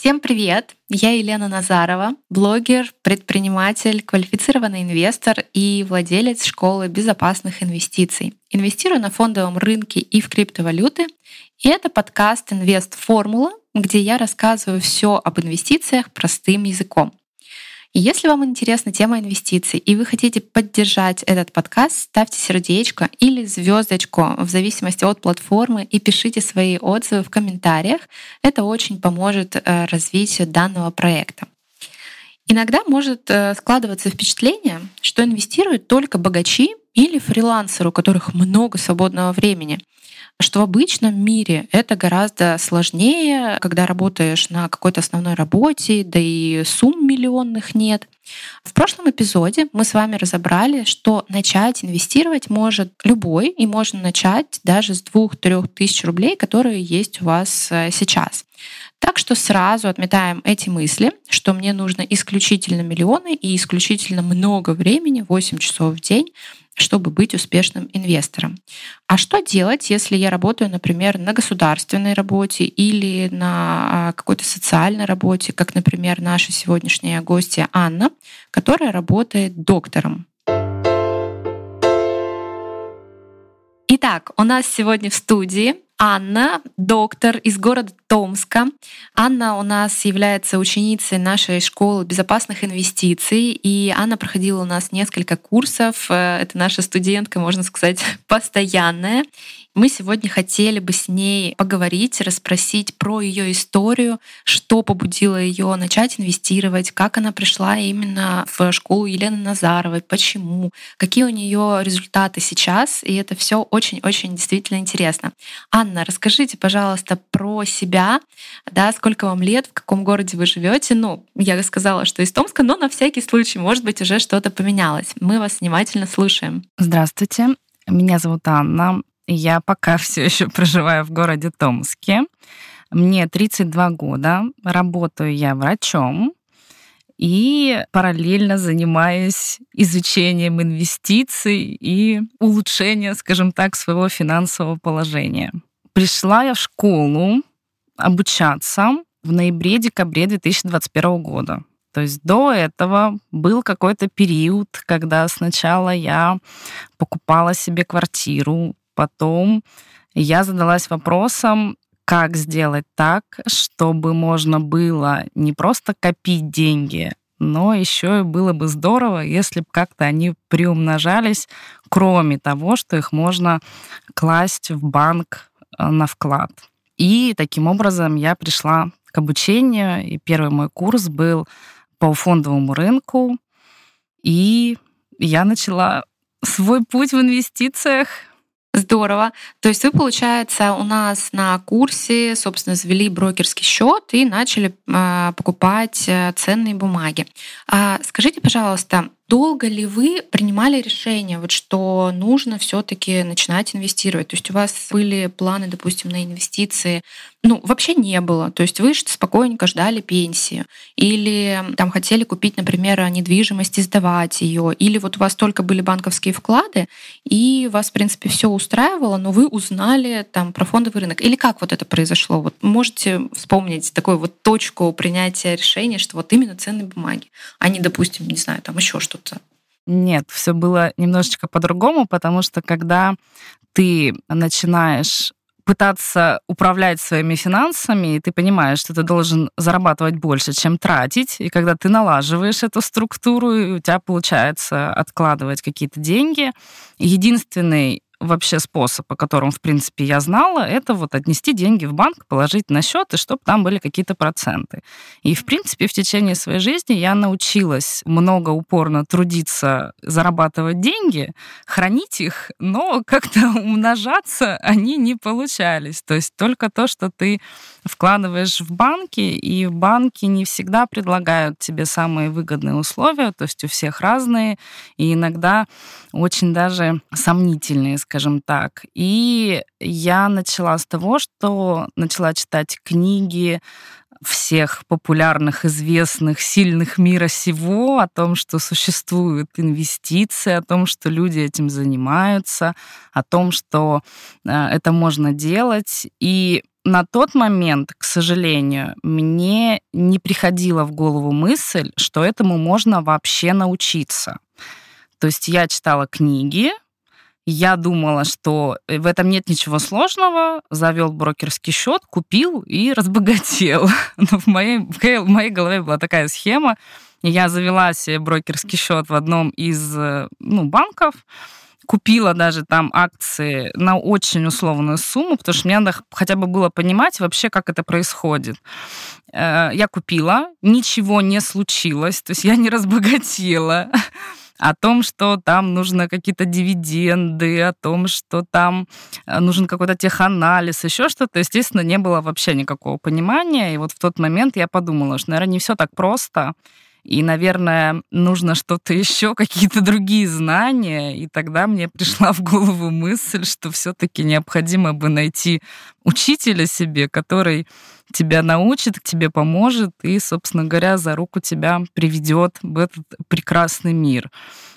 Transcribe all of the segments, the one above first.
Всем привет! Я Елена Назарова, блогер, предприниматель, квалифицированный инвестор и владелец школы безопасных инвестиций. Инвестирую на фондовом рынке и в криптовалюты. И это подкаст «Инвест Формула», где я рассказываю все об инвестициях простым языком. И если вам интересна тема инвестиций и вы хотите поддержать этот подкаст, ставьте сердечко или звездочку в зависимости от платформы и пишите свои отзывы в комментариях. Это очень поможет развитию данного проекта. Иногда может складываться впечатление, что инвестируют только богачи или фрилансеры, у которых много свободного времени, что в обычном мире это гораздо сложнее, когда работаешь на какой-то основной работе, да и сумм миллионных нет. В прошлом эпизоде мы с вами разобрали, что начать инвестировать может любой, и можно начать даже с 2-3 тысяч рублей, которые есть у вас сейчас. Так что сразу отметаем эти мысли, что мне нужно исключительно миллионы и исключительно много времени, 8 часов в день, чтобы быть успешным инвестором. А что делать, если я работаю, например, на государственной работе или на какой-то социальной работе, как, например, наша сегодняшняя гостья Анна, которая работает доктором? Итак, у нас сегодня в студии Анна, доктор из города Томска. Анна у нас является ученицей нашей школы безопасных инвестиций, и Анна проходила у нас несколько курсов. Это наша студентка, можно сказать, постоянная. Мы сегодня хотели бы с ней поговорить, расспросить про ее историю, что побудило ее начать инвестировать, как она пришла именно в школу Елены Назаровой, почему, какие у нее результаты сейчас, и это все очень-очень действительно интересно. Анна, расскажите, пожалуйста, про себя, да, сколько вам лет, в каком городе вы живете. Ну, я сказала, что из Томска, но на всякий случай, может быть, уже что-то поменялось. Мы вас внимательно слушаем. Здравствуйте, меня зовут Анна. Я пока все еще проживаю в городе Томске. Мне 32 года, работаю я врачом и параллельно занимаюсь изучением инвестиций и улучшением, скажем так, своего финансового положения. Пришла я в школу обучаться в ноябре-декабре 2021 года. То есть до этого был какой-то период, когда сначала я покупала себе квартиру, потом я задалась вопросом, как сделать так, чтобы можно было не просто копить деньги, но еще и было бы здорово, если бы как-то они приумножались, кроме того, что их можно класть в банк на вклад. И таким образом я пришла к обучению, и первый мой курс был по фондовому рынку, и я начала свой путь в инвестициях. Здорово. То есть вы, получается, у нас на курсе, собственно, завели брокерский счет и начали покупать ценные бумаги. Скажите, пожалуйста, долго ли вы принимали решение, вот, что нужно все-таки начинать инвестировать? То есть у вас были планы, допустим, на инвестиции? Вообще не было. То есть вы спокойненько ждали пенсию. Или там хотели купить, например, недвижимость и сдавать ее. Или вот у вас только были банковские вклады, и вас, в принципе, все устраивало, но вы узнали там про фондовый рынок. Или как вот это произошло? Вот можете вспомнить такую вот точку принятия решения, что вот именно ценные бумаги, а не, допустим, не знаю, там еще что-то? Нет, все было немножечко по-другому, потому что когда ты начинаешь пытаться управлять своими финансами, и ты понимаешь, что ты должен зарабатывать больше, чем тратить, и когда ты налаживаешь эту структуру, и у тебя получается откладывать какие-то деньги, единственный вообще способ, по которому, в принципе, я знала, это вот отнести деньги в банк, положить на счет, и чтобы там были какие-то проценты. И, в принципе, в течение своей жизни я научилась много упорно трудиться, зарабатывать деньги, хранить их, но как-то умножаться они не получались. То есть только то, что ты вкладываешь в банки, и банки не всегда предлагают тебе самые выгодные условия, то есть у всех разные, и иногда очень даже сомнительные, скажем так. И я начала с того, что начала читать книги всех популярных, известных, сильных мира сего, о том, что существуют инвестиции, о том, что люди этим занимаются, о том, что это можно делать. И на тот момент, к сожалению, мне не приходила в голову мысль, что этому можно вообще научиться. То есть я читала книги, я думала, что в этом нет ничего сложного, завел брокерский счет, купил и разбогател. Но в моей голове была такая схема. Я завела себе брокерский счет в одном из банков, купила даже там акции на очень условную сумму, потому что мне надо хотя бы было понимать вообще, как это происходит. Я купила, ничего не случилось, то есть я не разбогатела. О том, что там нужны какие-то дивиденды, о том, что там нужен какой-то теханализ, еще что-то, естественно, не было вообще никакого понимания. И вот в тот момент я подумала, что, наверное, не все так просто. И, наверное, нужно что-то еще, какие-то другие знания. И тогда мне пришла в голову мысль, что все-таки необходимо бы найти учителя себе, который тебя научит, тебе поможет и, собственно говоря, за руку тебя приведет в этот прекрасный мир.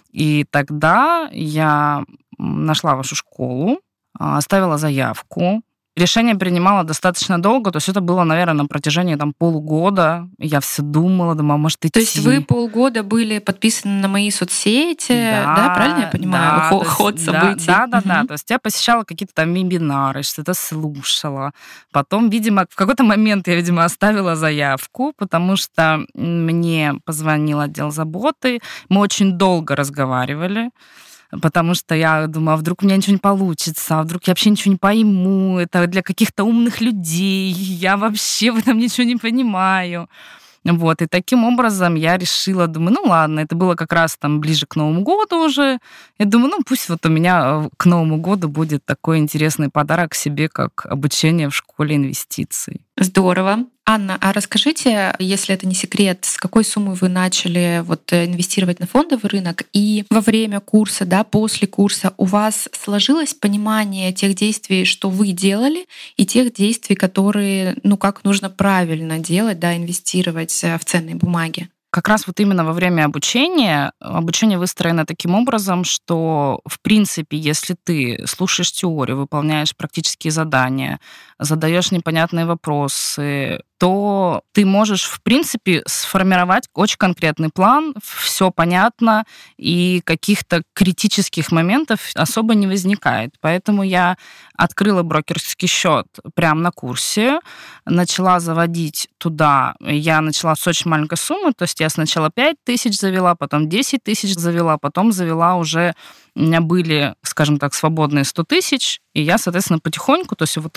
И тогда я нашла вашу школу, оставила заявку. Решение принимала достаточно долго, то есть это было, наверное, на протяжении полугода. Я все думала, может идти. То есть вы полгода были подписаны на мои соцсети, да, правильно я понимаю? Да, ход событий. Да. То есть я посещала какие-то там вебинары, что-то слушала. Потом, видимо, в какой-то момент я, оставила заявку, потому что мне позвонил отдел заботы. Мы очень долго разговаривали. Потому что я думаю, а вдруг у меня ничего не получится, а вдруг я вообще ничего не пойму, это для каких-то умных людей, я вообще в этом ничего не понимаю. Вот, и таким образом я решила, думаю, ладно, это было как раз там ближе к Новому году уже. Я думаю, пусть вот у меня к Новому году будет такой интересный подарок себе, как обучение в школе инвестиций. Здорово. Анна, а расскажите, если это не секрет, с какой суммы вы начали инвестировать на фондовый рынок, и во время курса, после курса у вас сложилось понимание тех действий, что вы делали, и тех действий, которые, как нужно правильно делать, инвестировать в ценные бумаги? Как раз именно во время обучение выстроено таким образом, что, в принципе, если ты слушаешь теорию, выполняешь практические задания, задаешь непонятные вопросы, то ты можешь, в принципе, сформировать очень конкретный план, все понятно, и каких-то критических моментов особо не возникает. Поэтому я открыла брокерский счет прямо на курсе, начала заводить туда. Я начала с очень маленькой суммы, то есть я сначала 5 тысяч завела, потом 10 тысяч завела, потом завела уже, у меня были, скажем так, свободные 100 тысяч, и я, соответственно, потихоньку, то есть их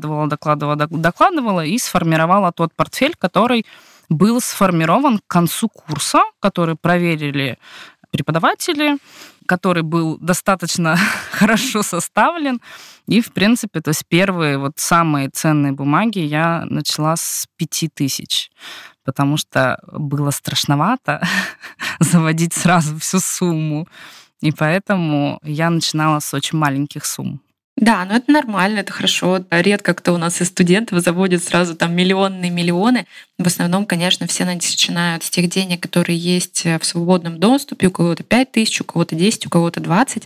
докладывала и сформировала тот портфель, который был сформирован к концу курса, который проверили преподаватели, который был достаточно хорошо составлен. И, в принципе, то есть первые самые ценные бумаги я начала с 5 тысяч, потому что было страшновато заводить сразу всю сумму. И поэтому я начинала с очень маленьких сумм. Да, это нормально, это хорошо. Редко кто у нас из студентов заводит сразу миллионы. В основном, конечно, все начинают с тех денег, которые есть в свободном доступе. У кого-то 5 тысяч, у кого-то 10, у кого-то 20.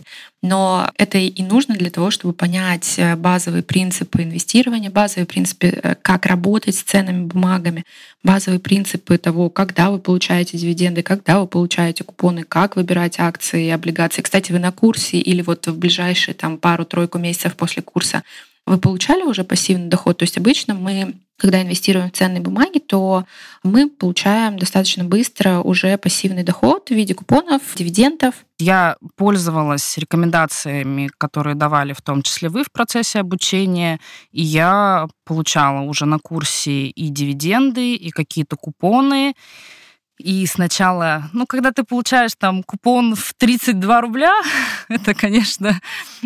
Но это и нужно для того, чтобы понять базовые принципы инвестирования, базовые принципы, как работать с ценными бумагами, базовые принципы того, когда вы получаете дивиденды, когда вы получаете купоны, как выбирать акции и облигации. Кстати, вы на курсе или в ближайшие пару-тройку месяцев после курса вы получали уже пассивный доход? То есть обычно мы, когда инвестируем в ценные бумаги, то мы получаем достаточно быстро уже пассивный доход в виде купонов, дивидендов. Я пользовалась рекомендациями, которые давали в том числе вы в процессе обучения, и я получала уже на курсе и дивиденды, и какие-то купоны. И сначала, когда ты получаешь купон в 32 рубля, это, конечно,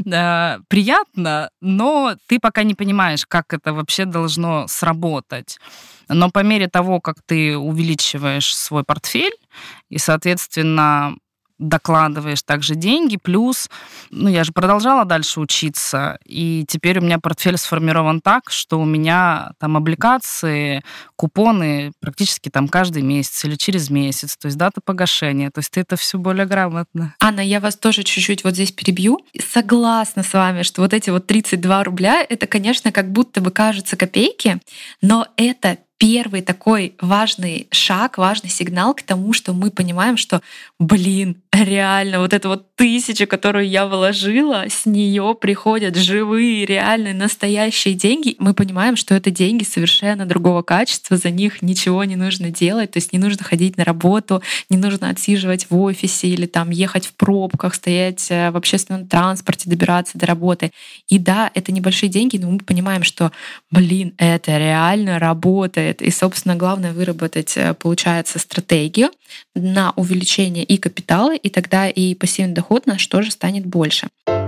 приятно, но ты пока не понимаешь, как это вообще должно сработать. Но по мере того, как ты увеличиваешь свой портфель, и, соответственно, докладываешь также деньги, плюс, я же продолжала дальше учиться, и теперь у меня портфель сформирован так, что у меня там облигации, купоны практически там каждый месяц или через месяц, то есть дата погашения, то есть ты это все более грамотно. Анна, я вас тоже чуть-чуть вот здесь перебью. Согласна с вами, что вот эти вот 32 рубля, это, конечно, как будто бы кажутся копейки, но это первый такой важный шаг, важный сигнал к тому, что мы понимаем, что, реально, вот эта вот 1000, которую я вложила, с нее приходят живые, реальные, настоящие деньги. Мы понимаем, что это деньги совершенно другого качества, за них ничего не нужно делать, то есть не нужно ходить на работу, не нужно отсиживать в офисе или там ехать в пробках, стоять в общественном транспорте, добираться до работы. И да, это небольшие деньги, но мы понимаем, что, это реально работает. И, собственно, главное выработать, получается, стратегию на увеличение и капитала, и тогда и пассивный доход наш тоже станет больше.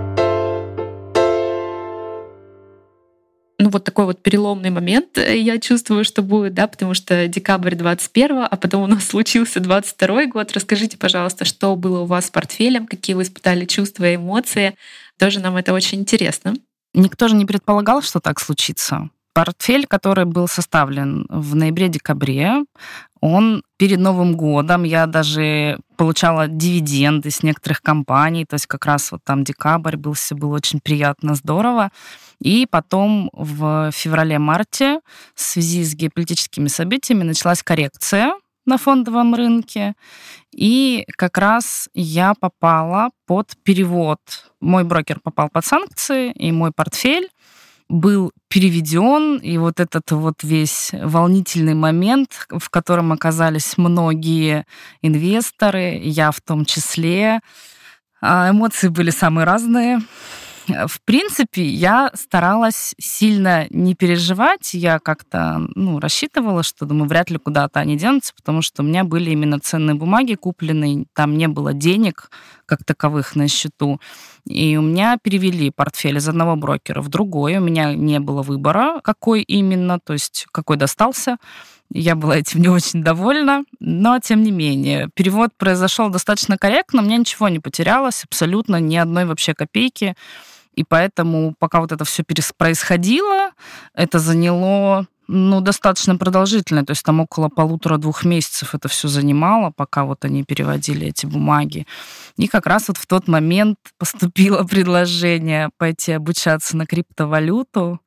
Вот такой вот переломный момент я чувствую, что будет, да, потому что декабрь 21, а потом у нас случился 22 год. Расскажите, пожалуйста, что было у вас с портфелем, какие вы испытали чувства и эмоции. Тоже нам это очень интересно. Никто же не предполагал, что так случится. Портфель, который был составлен в ноябре-декабре, он перед Новым годом, я даже получала дивиденды с некоторых компаний, то есть как раз вот там декабрь был, все было очень приятно, здорово. И потом в феврале-марте в связи с геополитическими событиями началась коррекция на фондовом рынке, и как раз я попала под перевод. Мой брокер попал под санкции, и мой портфель был переведен, и вот этот вот весь волнительный момент, в котором оказались многие инвесторы, я в том числе, эмоции были самые разные. В принципе, я старалась сильно не переживать. Я как-то рассчитывала, что, думаю, вряд ли куда-то они денутся, потому что у меня были именно ценные бумаги купленные, там не было денег как таковых на счету. И у меня перевели портфель из одного брокера в другой. У меня не было выбора, какой именно, то есть какой достался. Я была этим не очень довольна, но тем не менее. Перевод произошел достаточно корректно, у меня ничего не потерялось, абсолютно ни одной вообще копейки. И поэтому, пока вот это все происходило, это заняло достаточно продолжительно, то есть там около 1,5-2 месяцев это все занимало, пока вот они переводили эти бумаги. И как раз вот в тот момент поступило предложение пойти обучаться на криптовалюту.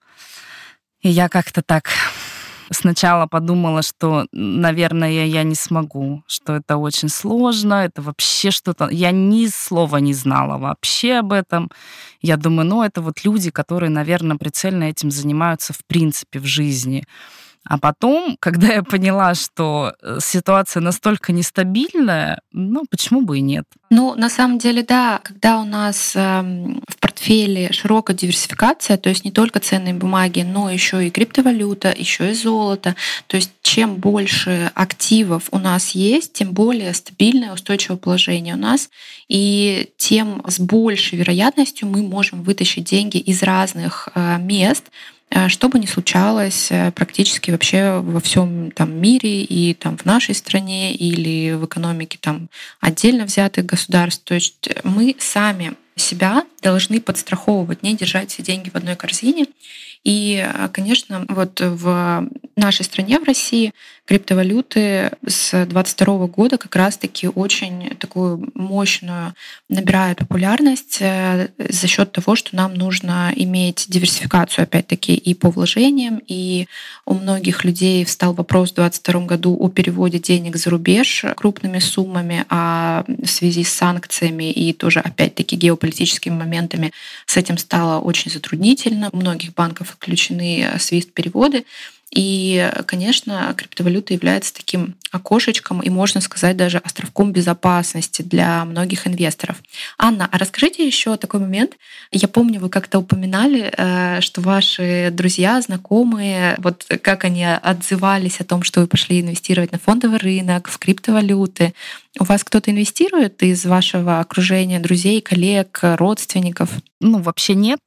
И я как-то так сначала подумала, что, наверное, я не смогу, что это очень сложно, это вообще что-то... Я ни слова не знала вообще об этом. Я думаю, это вот люди, которые, наверное, прицельно этим занимаются в принципе в жизни. А потом, когда я поняла, что ситуация настолько нестабильная, почему бы и нет? На самом деле, да, когда у нас в портфеле широкая диверсификация, то есть не только ценные бумаги, но еще и криптовалюта, еще и золото, то есть чем больше активов у нас есть, тем более стабильное, устойчивое положение у нас, и тем с большей вероятностью мы можем вытащить деньги из разных мест, что бы ни случалось практически вообще во всем мире и в нашей стране или в экономике отдельно взятых государств. То есть мы сами себя должны подстраховывать, не держать все деньги в одной корзине. И, конечно, вот в нашей стране, в России, криптовалюты с 2022 года как раз-таки очень такую мощную набирают популярность за счет того, что нам нужно иметь диверсификацию, опять-таки, и по вложениям, и у многих людей встал вопрос в 2022 году о переводе денег за рубеж крупными суммами, а в связи с санкциями и тоже, опять-таки, геополитическими моментами с этим стало очень затруднительно. У многих банков отключены SWIFT-переводы. И, конечно, криптовалюта является таким окошечком и, можно сказать, даже островком безопасности для многих инвесторов. Анна, а расскажите еще такой момент. Я помню, вы как-то упоминали, что ваши друзья, знакомые, вот как они отзывались о том, что вы пошли инвестировать на фондовый рынок, в криптовалюты. У вас кто-то инвестирует из вашего окружения, друзей, коллег, родственников? Вообще нет.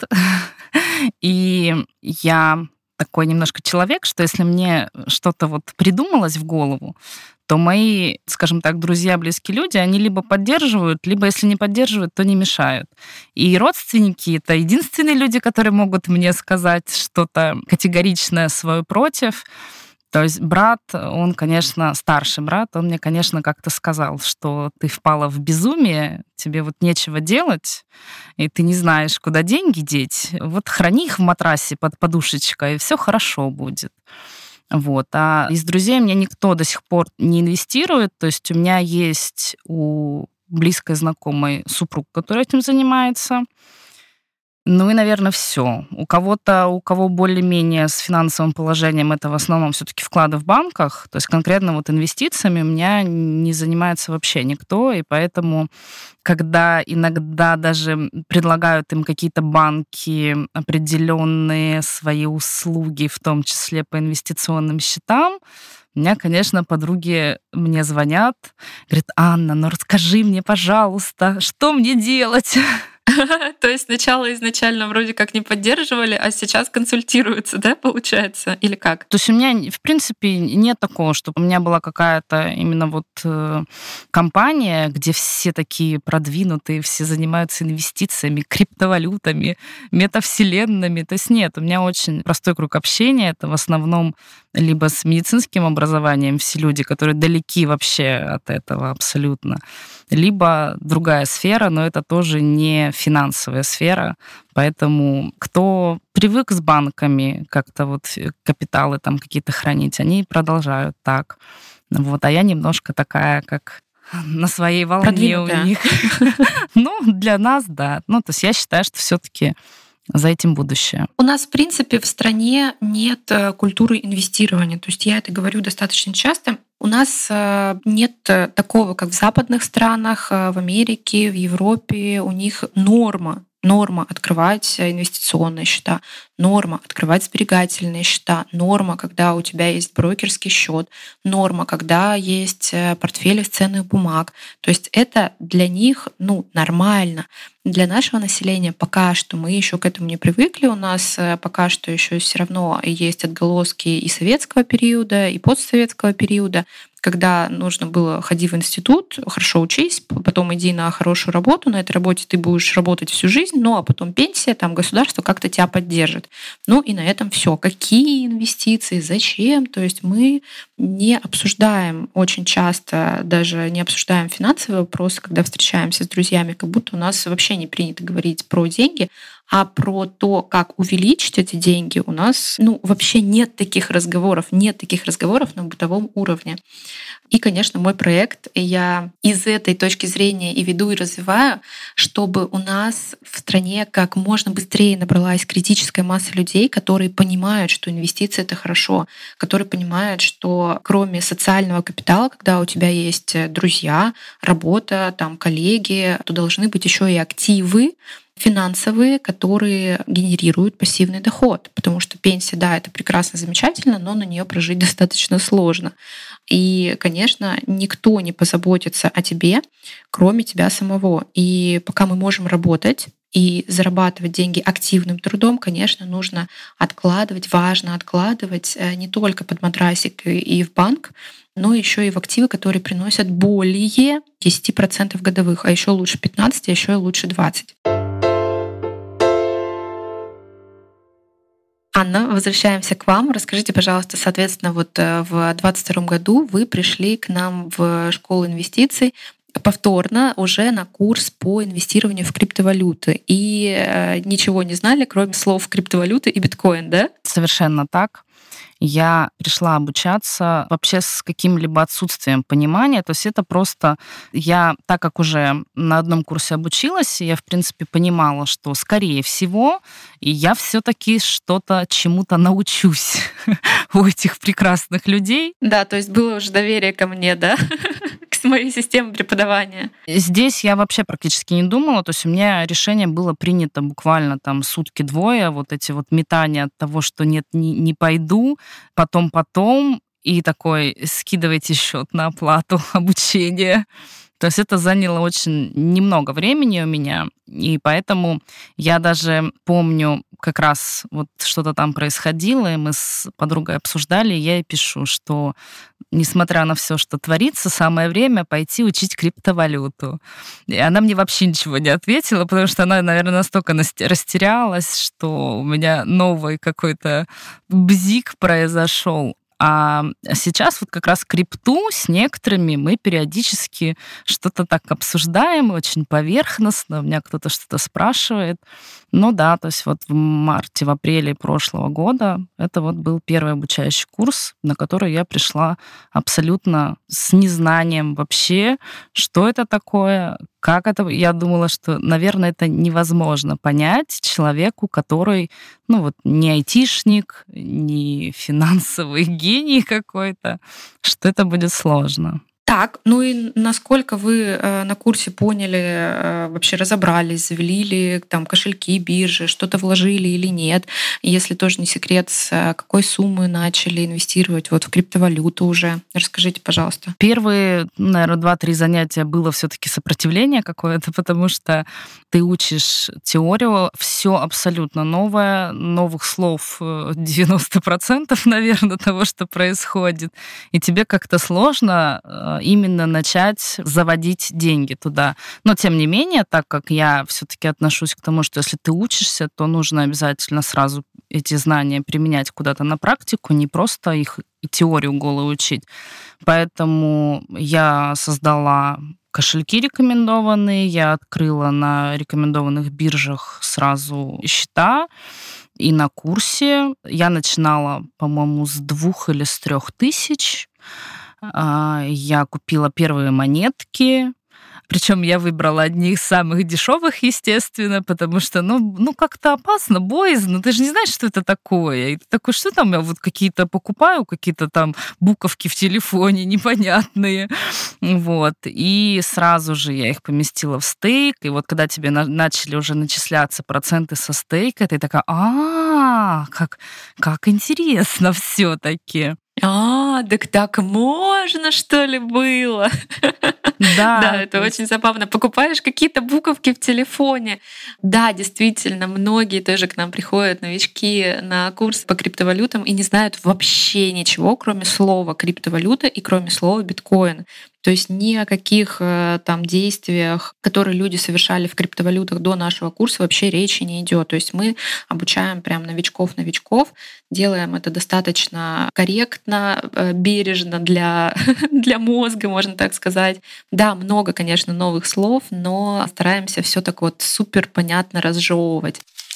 И я такой немножко человек, что если мне что-то вот придумалось в голову, то мои, скажем так, друзья, близкие люди, они либо поддерживают, либо, если не поддерживают, то не мешают. И родственники — это единственные люди, которые могут мне сказать что-то категоричное свое против. То есть брат, он, конечно, старший брат, он мне, конечно, как-то сказал, что ты впала в безумие, тебе вот нечего делать, и ты не знаешь, куда деньги деть. Вот храни их в матрасе под подушечкой, и все хорошо будет. Вот. А из друзей меня никто до сих пор не инвестирует. То есть у меня есть у близкой знакомой супруг, который этим занимается. Ну и, наверное, все. У кого более-менее с финансовым положением, это в основном все-таки вклады в банках. То есть конкретно вот инвестициями у меня не занимается вообще никто. И поэтому, когда иногда даже предлагают им какие-то банки определенные свои услуги, в том числе по инвестиционным счетам, у меня, конечно, подруги мне звонят, говорят: Анна, ну расскажи мне, пожалуйста, что мне делать? То есть сначала изначально вроде как не поддерживали, а сейчас консультируются, да, получается? Или как? То есть у меня, в принципе, нет такого, чтобы у меня была какая-то именно вот компания, где все такие продвинутые, все занимаются инвестициями, криптовалютами, метавселенными. То есть нет, у меня очень простой круг общения. Это в основном либо с медицинским образованием все люди, которые далеки вообще от этого абсолютно, либо другая сфера, но это тоже не финансовая сфера. Поэтому кто привык с банками как-то вот капиталы там какие-то хранить, они продолжают так. Вот, а я немножко такая, как на своей волне у них. Ну, для нас, да. Ну, то есть я считаю, что все-таки за этим будущее. У нас, в принципе, в стране нет культуры инвестирования. То есть я это говорю достаточно часто. У нас нет такого, как в западных странах, в Америке, в Европе. У них норма открывать инвестиционные счета, норма открывать сберегательные счета, норма, когда у тебя есть брокерский счет, норма, когда есть портфели ценных бумаг. То есть это для них нормально. Для нашего населения пока что мы еще к этому не привыкли. У нас пока что еще все равно есть отголоски и советского периода, и постсоветского периода, когда нужно было ходить в институт, хорошо учись, потом иди на хорошую работу, на этой работе ты будешь работать всю жизнь, ну а потом пенсия, там государство как-то тебя поддержит. Ну и на этом все. Какие инвестиции, зачем? То есть мы не обсуждаем очень часто, даже не обсуждаем финансовые вопросы, когда встречаемся с друзьями, как будто у нас вообще не принято говорить про деньги, а про то, как увеличить эти деньги, у нас вообще нет таких разговоров на бытовом уровне. И, конечно, мой проект я из этой точки зрения и веду, и развиваю, чтобы у нас в стране как можно быстрее набралась критическая масса людей, которые понимают, что инвестиции — это хорошо, которые понимают, что кроме социального капитала, когда у тебя есть друзья, работа, там, коллеги, то должны быть еще и активы финансовые, которые генерируют пассивный доход. Потому что пенсия, да, это прекрасно, замечательно, но на нее прожить достаточно сложно. И, конечно, никто не позаботится о тебе, кроме тебя самого. И пока мы можем работать и зарабатывать деньги активным трудом, конечно, нужно откладывать, важно откладывать не только под матрасик и в банк, но еще и в активы, которые приносят более 10% годовых, а еще лучше 15%, а еще и лучше 20%. Анна, возвращаемся к вам. Расскажите, пожалуйста, соответственно, вот в 2022 году вы пришли к нам в школу инвестиций повторно уже на курс по инвестированию в криптовалюты. И ничего не знали, кроме слов криптовалюты и биткоин, да? Совершенно так. Я пришла обучаться вообще с каким-либо отсутствием понимания. То есть это просто я, так как уже на одном курсе обучилась, я, в принципе, понимала, что, скорее всего, я все-таки что-то чему-то научусь у этих прекрасных людей. Да, то есть было уже доверие ко мне, да? С моей системой преподавания. Здесь я вообще практически не думала. То есть у меня решение было принято буквально там сутки-двое. Вот эти вот метания от того, что нет, не пойду, потом, и такой: скидывайте счет на оплату обучения. То есть это заняло очень немного времени у меня, и поэтому я даже помню, как раз вот что-то там происходило, и мы с подругой обсуждали, и я ей пишу, что несмотря на все, что творится, самое время пойти учить криптовалюту. И она мне вообще ничего не ответила, потому что она, наверное, настолько растерялась, что у меня новый какой-то бзик произошел. А сейчас вот как раз крипту с некоторыми мы периодически что-то так обсуждаем, очень поверхностно, у меня кто-то что-то спрашивает. Ну да, то есть вот в марте, в апреле прошлого года это вот был первый обучающий курс, на который я пришла абсолютно с незнанием вообще, что это такое, как это. Я думала, что, наверное, это невозможно понять человеку, который, ну вот, не айтишник, не финансовый гений какой-то, что это будет сложно. Так, ну и насколько вы на курсе поняли, вообще разобрались, завели ли там кошельки, биржи, что-то вложили или нет? Если тоже не секрет, с какой суммы начали инвестировать вот в криптовалюту уже? Расскажите, пожалуйста. Первые, наверное, 2-3 занятия было все-таки сопротивление какое-то, потому что ты учишь теорию, все абсолютно новое, новых слов 90%, наверное, того, что происходит. И тебе как-то сложно именно начать заводить деньги туда. Но, тем не менее, так как я все-таки отношусь к тому, что если ты учишься, то нужно обязательно сразу эти знания применять куда-то на практику, не просто их теорию голую учить. Поэтому я создала кошельки рекомендованные, я открыла на рекомендованных биржах сразу счета, и на курсе я начинала, по-моему, с 2 или с 3 тысяч. Я купила первые монетки, причем я выбрала одни из самых дешевых, естественно, потому что, ну как-то опасно, боязно, ты же не знаешь, что это такое. И ты такой, что там я вот какие-то покупаю, какие-то там буковки в телефоне непонятные. Вот. И сразу же я их поместила в стейк, и вот когда тебе начали уже начисляться проценты со стейка, ты такая, как интересно все-таки. Так можно, что ли, было? Да, это очень забавно. Покупаешь какие-то буковки в телефоне. Да, действительно, многие тоже к нам приходят, новички, на курс по криптовалютам и не знают вообще ничего, кроме слова криптовалюта и кроме слова биткоин. То есть ни о каких там действиях, которые люди совершали в криптовалютах до нашего курса, вообще речи не идет. То есть мы обучаем прям новичков, делаем это достаточно корректно, бережно для мозга, можно так сказать. Да, много, конечно, новых слов, но стараемся все так вот супер понятно разжевывать.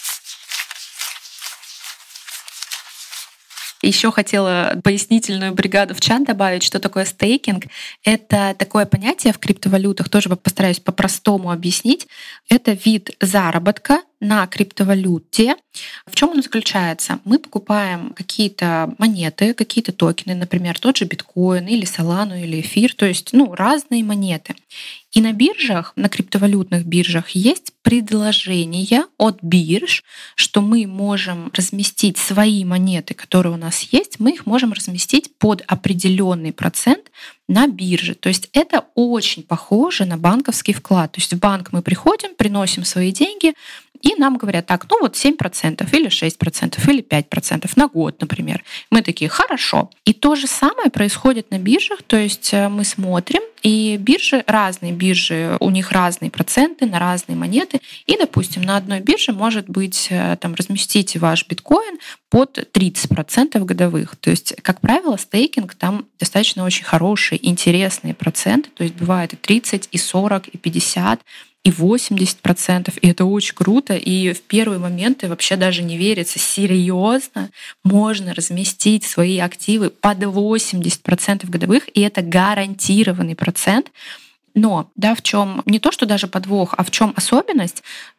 Еще хотела пояснительную бригаду в чат добавить, что такое стейкинг. Это такое понятие в криптовалютах, тоже постараюсь по-простому объяснить. Это вид заработка на криптовалюте. В чем он заключается? Мы покупаем какие-то монеты, какие-то токены, например, тот же биткоин или солану или эфир, то есть разные монеты. И на биржах, на криптовалютных биржах есть предложение от бирж, что мы можем разместить свои монеты, которые у нас есть, мы их можем разместить под определенный процент на бирже. То есть это очень похоже на банковский вклад. То есть в банк мы приходим, приносим свои деньги, и нам говорят, так, 7% или 6% или 5% на год, например. Мы такие, хорошо. И то же самое происходит на биржах, то есть мы смотрим, и биржи, разные биржи, у них разные проценты на разные монеты. И, допустим, на одной бирже может быть, там, разместите ваш биткоин под 30% годовых. То есть, как правило, стейкинг там достаточно очень хорошие, интересные проценты. То есть бывает и 30, и 40, и 50, и 80%, и это очень круто. И в первые моменты вообще даже не верится, серьезно можно разместить свои активы под 80% годовых, и это гарантированный процент. Но, да, в чем не то, что даже подвох, а в чем особенность,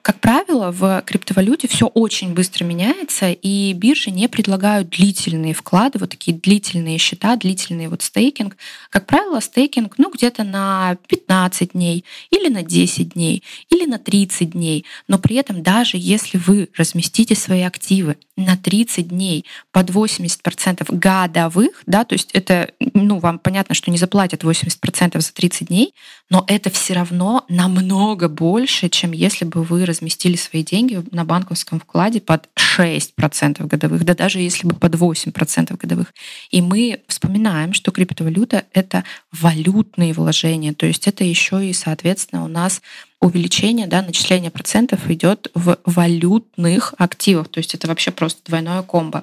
Как правило, в криптовалюте все очень быстро меняется, и биржи не предлагают длительные вклады, вот такие длительные счета, длительный вот стейкинг. Как правило, стейкинг где-то на 15 дней или на 10 дней или на 30 дней. Но при этом даже если вы разместите свои активы на 30 дней под 80% годовых, да, то есть это, вам понятно, что не заплатят 80% за 30 дней, но это все равно намного больше, чем если бы вы разместили свои деньги на банковском вкладе под 6% годовых, да даже если бы под 8% годовых. И мы вспоминаем, что криптовалюта — это валютные вложения, то есть это еще и, соответственно, у нас увеличение, начисление процентов идет в валютных активах, то есть это вообще просто двойное комбо.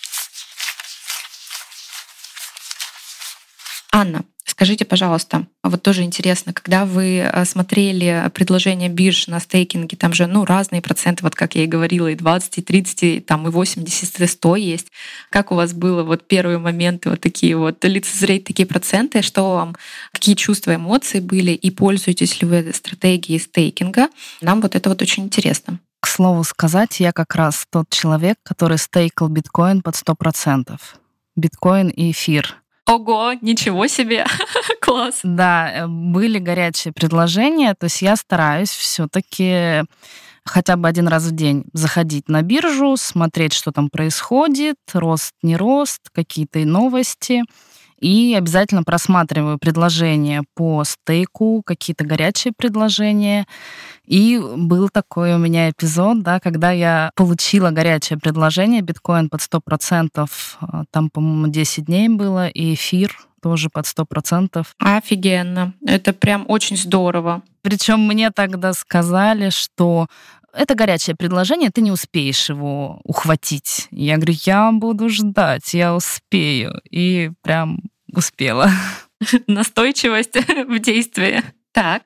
Анна, скажите, пожалуйста, вот тоже интересно, когда вы смотрели предложения бирж на стейкинге, там же разные проценты, вот как я и говорила, и 20, и 30, и 80, и 100 есть. Как у вас было вот первые моменты вот такие вот, лицезреть такие проценты, что вам, какие чувства, эмоции были, и пользуетесь ли вы стратегией стейкинга? Нам вот это вот очень интересно. К слову сказать, я как раз тот человек, который стейкал биткоин под 100%. Биткоин и эфир. Ого, ничего себе, класс. Да, были горячие предложения, то есть я стараюсь все-таки хотя бы один раз в день заходить на биржу, смотреть, что там происходит, рост, не рост, какие-то новости. И обязательно просматриваю предложения по стейку, какие-то горячие предложения. И был такой у меня эпизод, когда я получила горячее предложение, биткоин под 100%, там, по-моему, 10 дней было, и эфир тоже под 100%. Офигенно. Это прям очень здорово. Причем мне тогда сказали, что это горячее предложение, ты не успеешь его ухватить. Я говорю, я буду ждать, я успею. И прям успела. Настойчивость в действии. Так,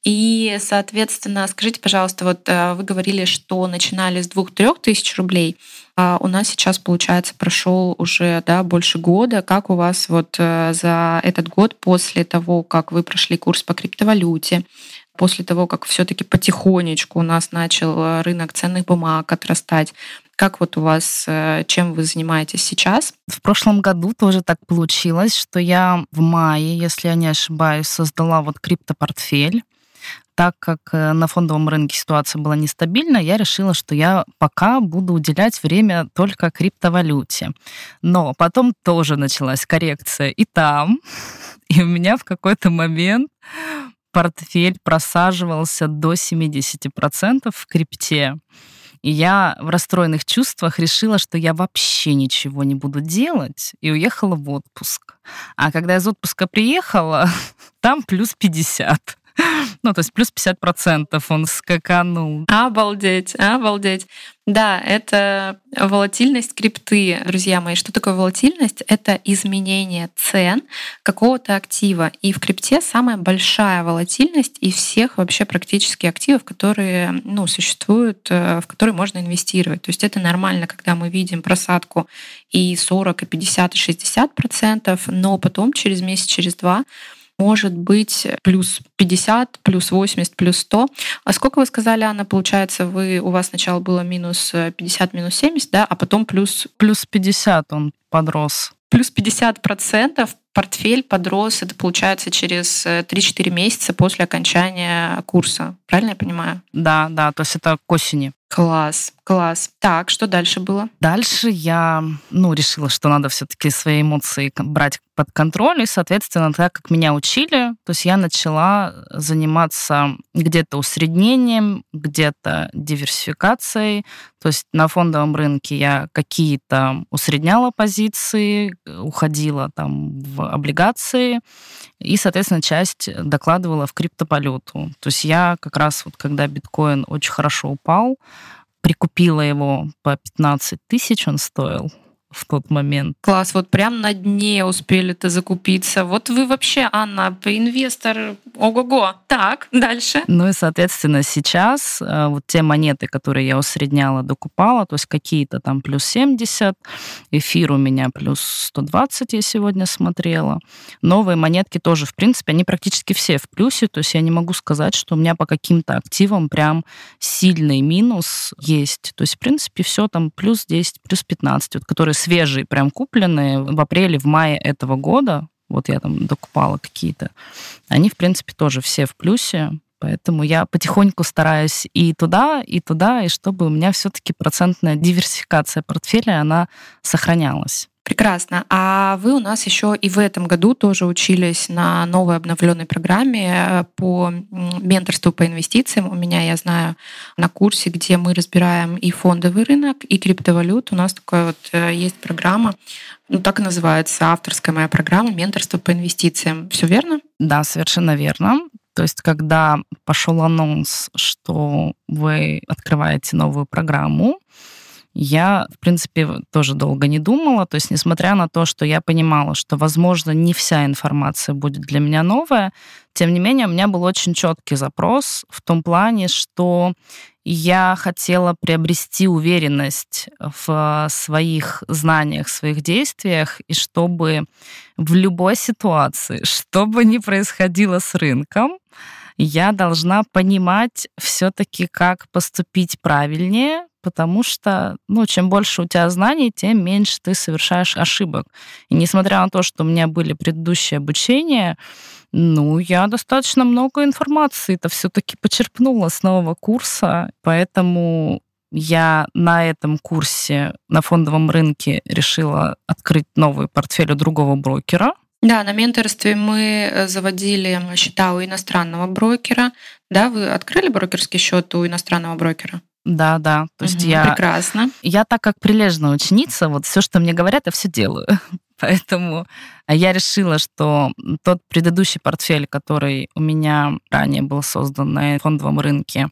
и, соответственно, скажите, пожалуйста, вот вы говорили, что начинали с 2-3 тысяч рублей, а у нас сейчас, получается, прошел уже больше года. Как у вас вот за этот год, после того, как вы прошли курс по криптовалюте, после того, как все-таки потихонечку у нас начал рынок ценных бумаг отрастать, как вот у вас, чем вы занимаетесь сейчас? В прошлом году тоже так получилось, что я в мае, если я не ошибаюсь, создала вот криптопортфель. Так как на фондовом рынке ситуация была нестабильна, я решила, что я пока буду уделять время только криптовалюте. Но потом тоже началась коррекция и там, и у меня в какой-то момент портфель просаживался до 70% в крипте. И я в расстроенных чувствах решила, что я вообще ничего не буду делать, и уехала в отпуск. А когда я из отпуска приехала, там плюс 50. То есть плюс 50% он скаканул. Обалдеть, обалдеть. Да, это волатильность крипты, друзья мои. Что такое волатильность? Это изменение цен какого-то актива. И в крипте самая большая волатильность из всех вообще практически активов, которые существуют, в которые можно инвестировать. То есть это нормально, когда мы видим просадку и 40, и 50, и 60%, но потом через месяц, через два может быть плюс 50, плюс 80, плюс 100. А сколько вы сказали, Анна, получается, у вас сначала было минус 50, минус 70, да, а потом плюс... Плюс 50 он подрос. Плюс 50% портфель подрос, это получается через 3-4 месяца после окончания курса. Правильно я понимаю? Да, то есть это к осени. Класс, класс. Так, что дальше было? Дальше я, решила, что надо все-таки свои эмоции брать под контроль, и, соответственно, так как меня учили, то есть я начала заниматься где-то усреднением, где-то диверсификацией. То есть на фондовом рынке я какие-то усредняла позиции, уходила там в облигации, и, соответственно, часть докладывала в криптовалюту. То есть я как раз вот когда биткоин очень хорошо упал, прикупила его по 15 тысяч, он стоил в тот момент. Класс, вот прям на дне успели-то закупиться. Вот вы вообще, Анна, инвестор, ого-го. Так, дальше. Ну и, соответственно, сейчас вот те монеты, которые я усредняла, докупала, то есть какие-то там плюс 70, эфир у меня плюс 120 я сегодня смотрела. Новые монетки тоже, в принципе, они практически все в плюсе, то есть я не могу сказать, что у меня по каким-то активам прям сильный минус есть. То есть, в принципе, все там плюс 10, плюс 15, вот, которые свежие, прям купленные в апреле, в мае этого года, вот я там докупала какие-то, они, в принципе, тоже все в плюсе, поэтому я потихоньку стараюсь и туда, и чтобы у меня все-таки процентная диверсификация портфеля, она сохранялась. Прекрасно. А вы у нас еще и в этом году тоже учились на новой обновленной программе по менторству по инвестициям. У меня, я знаю, на курсе, где мы разбираем и фондовый рынок, и криптовалюту, у нас такая вот есть программа, так и называется, авторская моя программа «Менторство по инвестициям». Все верно? Да, совершенно верно. То есть, когда пошел анонс, что вы открываете новую программу, я, в принципе, тоже долго не думала. То есть, несмотря на то, что я понимала, что, возможно, не вся информация будет для меня новая, тем не менее, у меня был очень четкий запрос в том плане, что я хотела приобрести уверенность в своих знаниях, в своих действиях, и чтобы в любой ситуации, что бы ни происходило с рынком, я должна понимать все-таки, как поступить правильнее, потому что, чем больше у тебя знаний, тем меньше ты совершаешь ошибок. И несмотря на то, что у меня были предыдущие обучения, я достаточно много информации-то все-таки почерпнула с нового курса, поэтому я на этом курсе на фондовом рынке решила открыть новый портфель у другого брокера. Да, на менторстве мы заводили счета у иностранного брокера. Да, вы открыли брокерский счет у иностранного брокера? Да. То есть прекрасно. Я так как прилежная ученица, вот все, что мне говорят, я все делаю. Поэтому я решила, что тот предыдущий портфель, который у меня ранее был создан на фондовом рынке,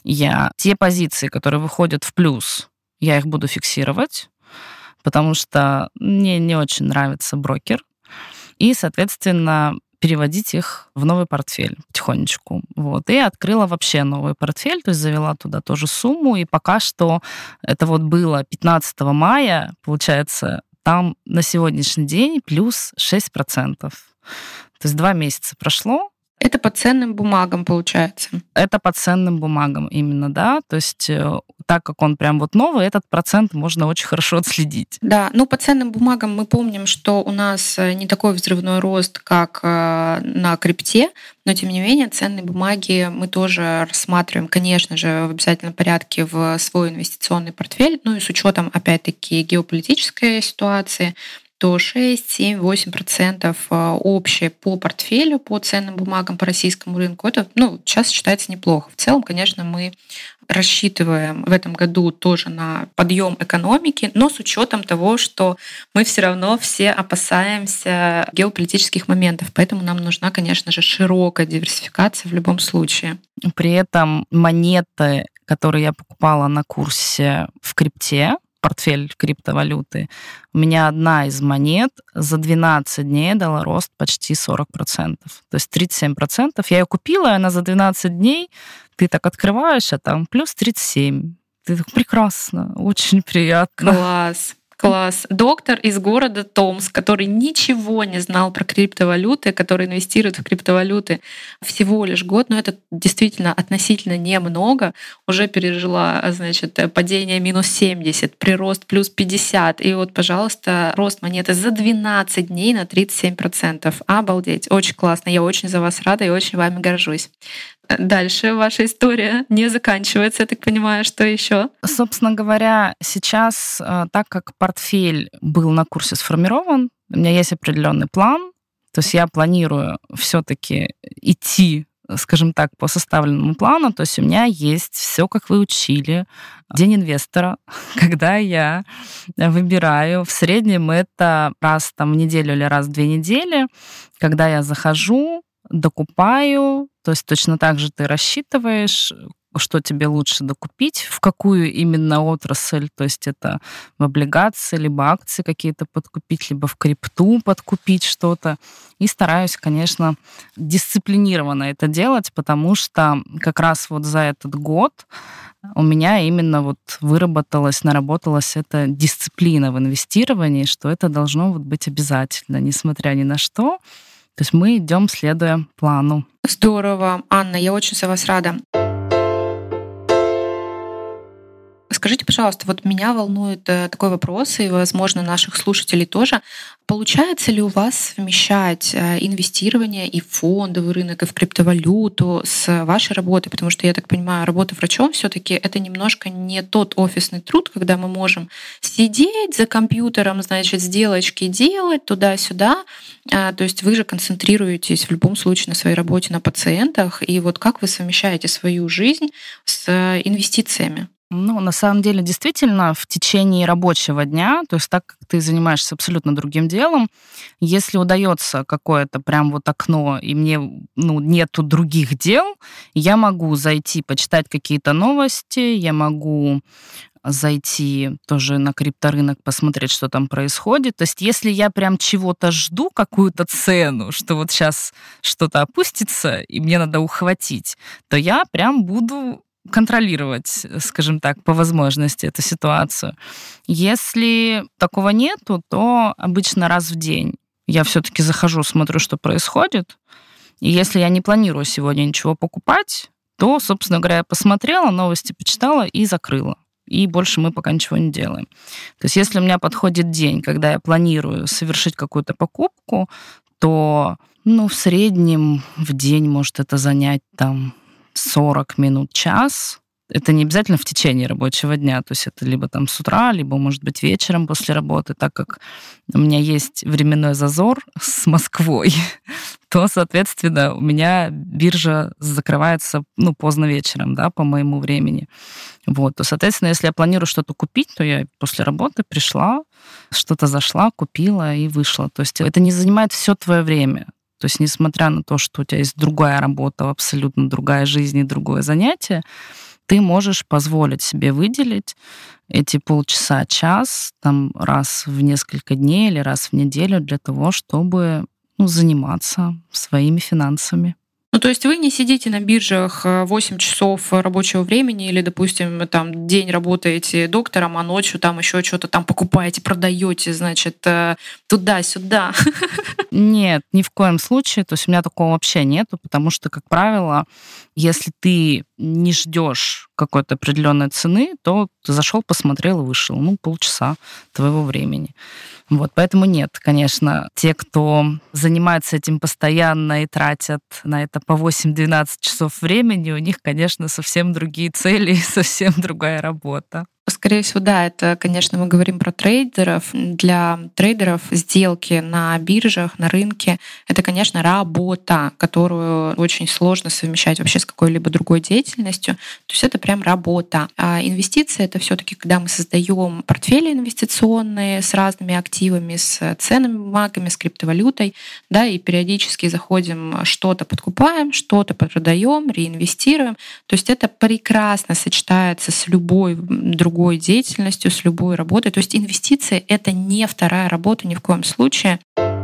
те позиции, которые выходят в плюс, я их буду фиксировать, потому что мне не очень нравится брокер. И, соответственно, переводить их в новый портфель потихонечку. Вот. И открыла вообще новый портфель, то есть завела туда тоже сумму. И пока что это вот было 15 мая, получается, там на сегодняшний день плюс 6%. То есть 2 месяца прошло. Это по ценным бумагам, получается? Это по ценным бумагам именно, да. То есть так как он прям вот новый, этот процент можно очень хорошо отследить. Да, по ценным бумагам мы помним, что у нас не такой взрывной рост, как на крипте, но тем не менее ценные бумаги мы тоже рассматриваем, конечно же, в обязательном порядке в свой инвестиционный портфель, и с учетом, опять-таки, геополитической ситуации, то 6, 7, 8% общее по портфелю, по ценным бумагам, по российскому рынку, это сейчас считается неплохо. В целом, конечно, мы рассчитываем в этом году тоже на подъем экономики, но с учетом того, что мы все равно все опасаемся геополитических моментов, поэтому нам нужна, конечно же, широкая диверсификация в любом случае. При этом монеты, которые я покупала на курсе в крипте, портфель криптовалюты, у меня одна из монет за 12 дней дала рост почти 40%. То есть 37%. Я ее купила, и она за 12 дней, ты так открываешь, а там плюс 37. Ты так, прекрасно, очень приятно. Класс. Доктор из города Томск, который ничего не знал про криптовалюты, который инвестирует в криптовалюты всего лишь год, но это действительно относительно немного, уже пережила, падение минус 70, прирост плюс 50, и вот, пожалуйста, рост монеты за 12 дней на 37%. Обалдеть, очень классно, я очень за вас рада и очень вами горжусь. Дальше ваша история не заканчивается, я так понимаю, что еще? Собственно говоря, сейчас, так как портфель был на курсе сформирован, у меня есть определенный план, то есть я планирую все-таки идти, скажем так, по составленному плану, то есть у меня есть все, как вы учили. День инвестора, когда я выбираю, в среднем это раз в неделю или раз в 2 недели, когда я захожу, докупаю, то есть точно так же ты рассчитываешь, что тебе лучше докупить, в какую именно отрасль, то есть это в облигации, либо акции какие-то подкупить, либо в крипту подкупить что-то. И стараюсь, конечно, дисциплинированно это делать, потому что как раз вот за этот год у меня именно вот выработалась, наработалась эта дисциплина в инвестировании, что это должно вот быть обязательно, несмотря ни на что. То есть мы идем, следуя плану. Здорово. Анна, я очень за вас рада. Скажите, пожалуйста, вот меня волнует такой вопрос, и, возможно, наших слушателей тоже. Получается ли у вас совмещать инвестирование и в фондовый рынок, и в криптовалюту с вашей работой? Потому что, я так понимаю, работа врачом все-таки это немножко не тот офисный труд, когда мы можем сидеть за компьютером, значит, сделочки делать туда-сюда. То есть вы же концентрируетесь в любом случае на своей работе, на пациентах. И вот как вы совмещаете свою жизнь с инвестициями? Ну, на самом деле, действительно, в течение рабочего дня, то есть так как ты занимаешься абсолютно другим делом, если удается какое-то прям вот окно, и мне нету других дел, я могу зайти, почитать какие-то новости, я могу зайти тоже на крипторынок, посмотреть, что там происходит. То есть если я прям чего-то жду, какую-то цену, что вот сейчас что-то опустится, и мне надо ухватить, то я прям буду контролировать, скажем так, по возможности эту ситуацию. Если такого нету, то обычно раз в день я все-таки захожу, смотрю, что происходит. И если я не планирую сегодня ничего покупать, то, собственно говоря, я посмотрела, новости почитала и закрыла. И больше мы пока ничего не делаем. То есть если у меня подходит день, когда я планирую совершить какую-то покупку, то в среднем в день может это занять там 40 минут, час. Это не обязательно в течение рабочего дня, то есть это либо там с утра, либо, может быть, вечером после работы, так как у меня есть временной зазор с Москвой, то, соответственно, у меня биржа закрывается поздно вечером, да, по моему времени. Вот, то, соответственно, если я планирую что-то купить, то я после работы пришла, что-то зашла, купила и вышла. То есть это не занимает все твое время. То есть, несмотря на то, что у тебя есть другая работа, абсолютно другая жизнь и другое занятие, ты можешь позволить себе выделить эти полчаса, час, там, раз в несколько дней или раз в неделю для того, чтобы заниматься своими финансами. То есть вы не сидите на биржах 8 часов рабочего времени или, допустим, там день работаете доктором, а ночью там еще что-то там покупаете, продаете, значит, туда-сюда. Нет, ни в коем случае. То есть у меня такого вообще нету, потому что, как правило, если ты не ждешь какой-то определенной цены, то ты зашел, посмотрел и вышел. Полчаса твоего времени. Вот, поэтому нет, конечно, те, кто занимается этим постоянно и тратят на это по 8-12 часов времени, у них, конечно, совсем другие цели и совсем другая работа. Скорее всего, да, это, конечно, мы говорим про трейдеров. Для трейдеров сделки на биржах, на рынке — это, конечно, работа, которую очень сложно совмещать вообще с какой-либо другой деятельностью. То есть это прям работа. А инвестиции — это все-таки когда мы создаем портфели инвестиционные с разными активами, с ценными бумагами, с криптовалютой, да, и периодически заходим, что-то подкупаем, что-то продаем, реинвестируем. То есть это прекрасно сочетается с любой другой деятельностью, с любой работой. То есть инвестиции — это не вторая работа ни в коем случае.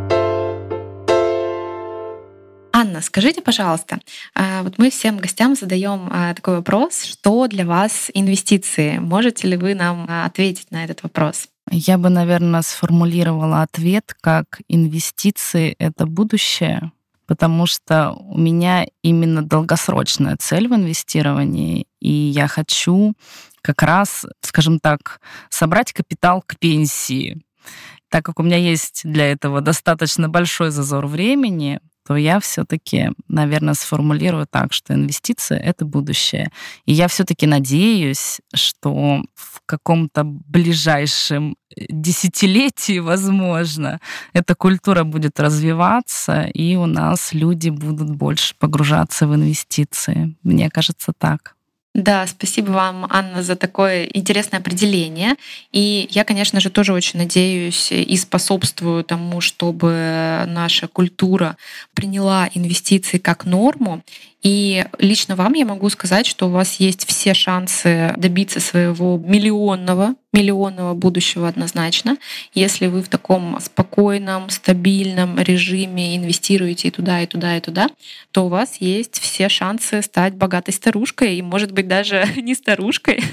Анна, скажите, пожалуйста, вот мы всем гостям задаем такой вопрос: что для вас инвестиции? Можете ли вы нам ответить на этот вопрос? Я бы, наверное, сформулировала ответ как: инвестиции — это будущее, потому что у меня именно долгосрочная цель в инвестировании, и я хочу как раз, скажем так, собрать капитал к пенсии. Так как у меня есть для этого достаточно большой зазор времени, то я все-таки, наверное, сформулирую так, что инвестиции — это будущее. И я все-таки надеюсь, что в каком-то ближайшем десятилетии, возможно, эта культура будет развиваться, и у нас люди будут больше погружаться в инвестиции. Мне кажется, так. Да, спасибо вам, Анна, за такое интересное определение. И я, конечно же, тоже очень надеюсь и способствую тому, чтобы наша культура приняла инвестиции как норму. И лично вам я могу сказать, что у вас есть все шансы добиться своего миллионного будущего однозначно, если вы в таком спокойном, стабильном режиме инвестируете и туда, и туда, и туда, то у вас есть все шансы стать богатой старушкой, и, может быть, даже не старушкой,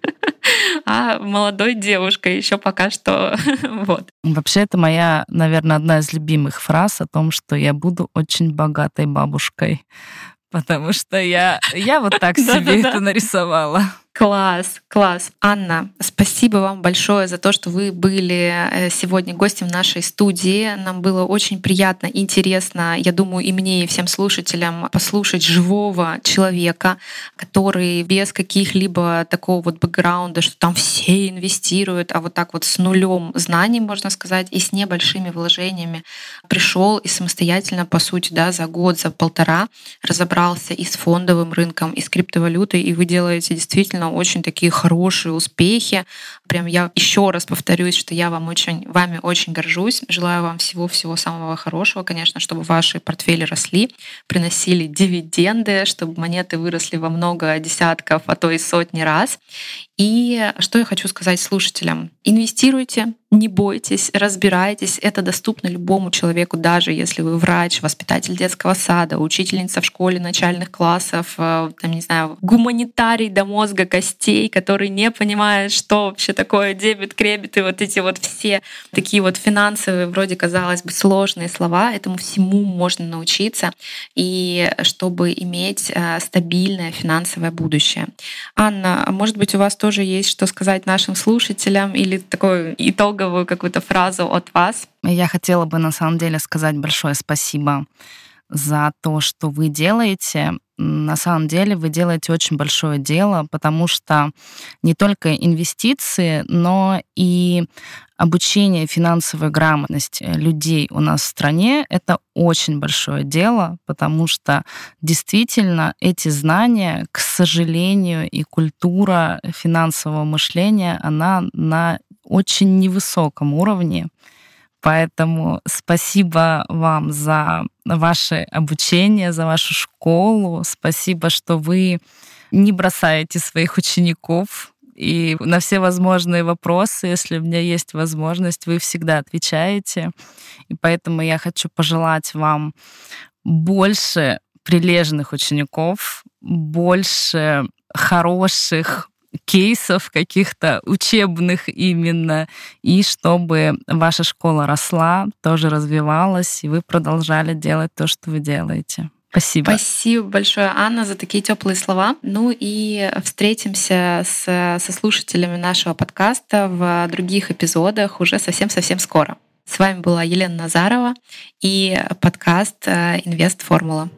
а молодой девушкой еще пока что. Вот. Вообще, это моя, наверное, одна из любимых фраз о том, что я буду очень богатой бабушкой. Потому что я вот так себе это нарисовала. Класс. Анна, спасибо вам большое за то, что вы были сегодня гостем нашей студии. Нам было очень приятно, интересно, я думаю, и мне, и всем слушателям послушать живого человека, который без каких-либо такого вот бэкграунда, что там все инвестируют, а вот так вот с нулем знаний, можно сказать, и с небольшими вложениями пришел и самостоятельно, по сути, да, за год, за полтора разобрался и с фондовым рынком, и с криптовалютой, и вы делаете действительно очень такие хорошие успехи. Прям я еще раз повторюсь, что я вами очень горжусь. Желаю вам всего-всего самого хорошего, конечно, чтобы ваши портфели росли, приносили дивиденды, чтобы монеты выросли во много десятков, а то и сотни раз. И что я хочу сказать слушателям? Инвестируйте, не бойтесь, разбирайтесь. Это доступно любому человеку, даже если вы врач, воспитатель детского сада, учительница в школе начальных классов, там, не знаю, гуманитарий до мозга костей, который не понимает, что вообще такое дебет, кредит и вот эти вот все такие вот финансовые, вроде, казалось бы, сложные слова. Этому всему можно научиться, и чтобы иметь стабильное финансовое будущее. Анна, может быть, у вас тоже есть что сказать нашим слушателям или такую итоговую какую-то фразу от вас? Я хотела бы на самом деле сказать большое спасибо за то, что вы делаете. На самом деле вы делаете очень большое дело, потому что не только инвестиции, но и обучение финансовой грамотности людей у нас в стране — это очень большое дело, потому что действительно эти знания, к сожалению, и культура финансового мышления, она на очень невысоком уровне. Поэтому спасибо вам за ваше обучение, за вашу школу. Спасибо, что вы не бросаете своих учеников. И на все возможные вопросы, если у меня есть возможность, вы всегда отвечаете. И поэтому я хочу пожелать вам больше прилежных учеников, больше хороших кейсов каких-то учебных именно, и чтобы ваша школа росла, тоже развивалась, и вы продолжали делать то, что вы делаете. Спасибо. Спасибо большое, Анна, за такие теплые слова. Ну и встретимся со слушателями нашего подкаста в других эпизодах уже совсем-совсем скоро. С вами была Елена Назарова и подкаст «Инвест Формула».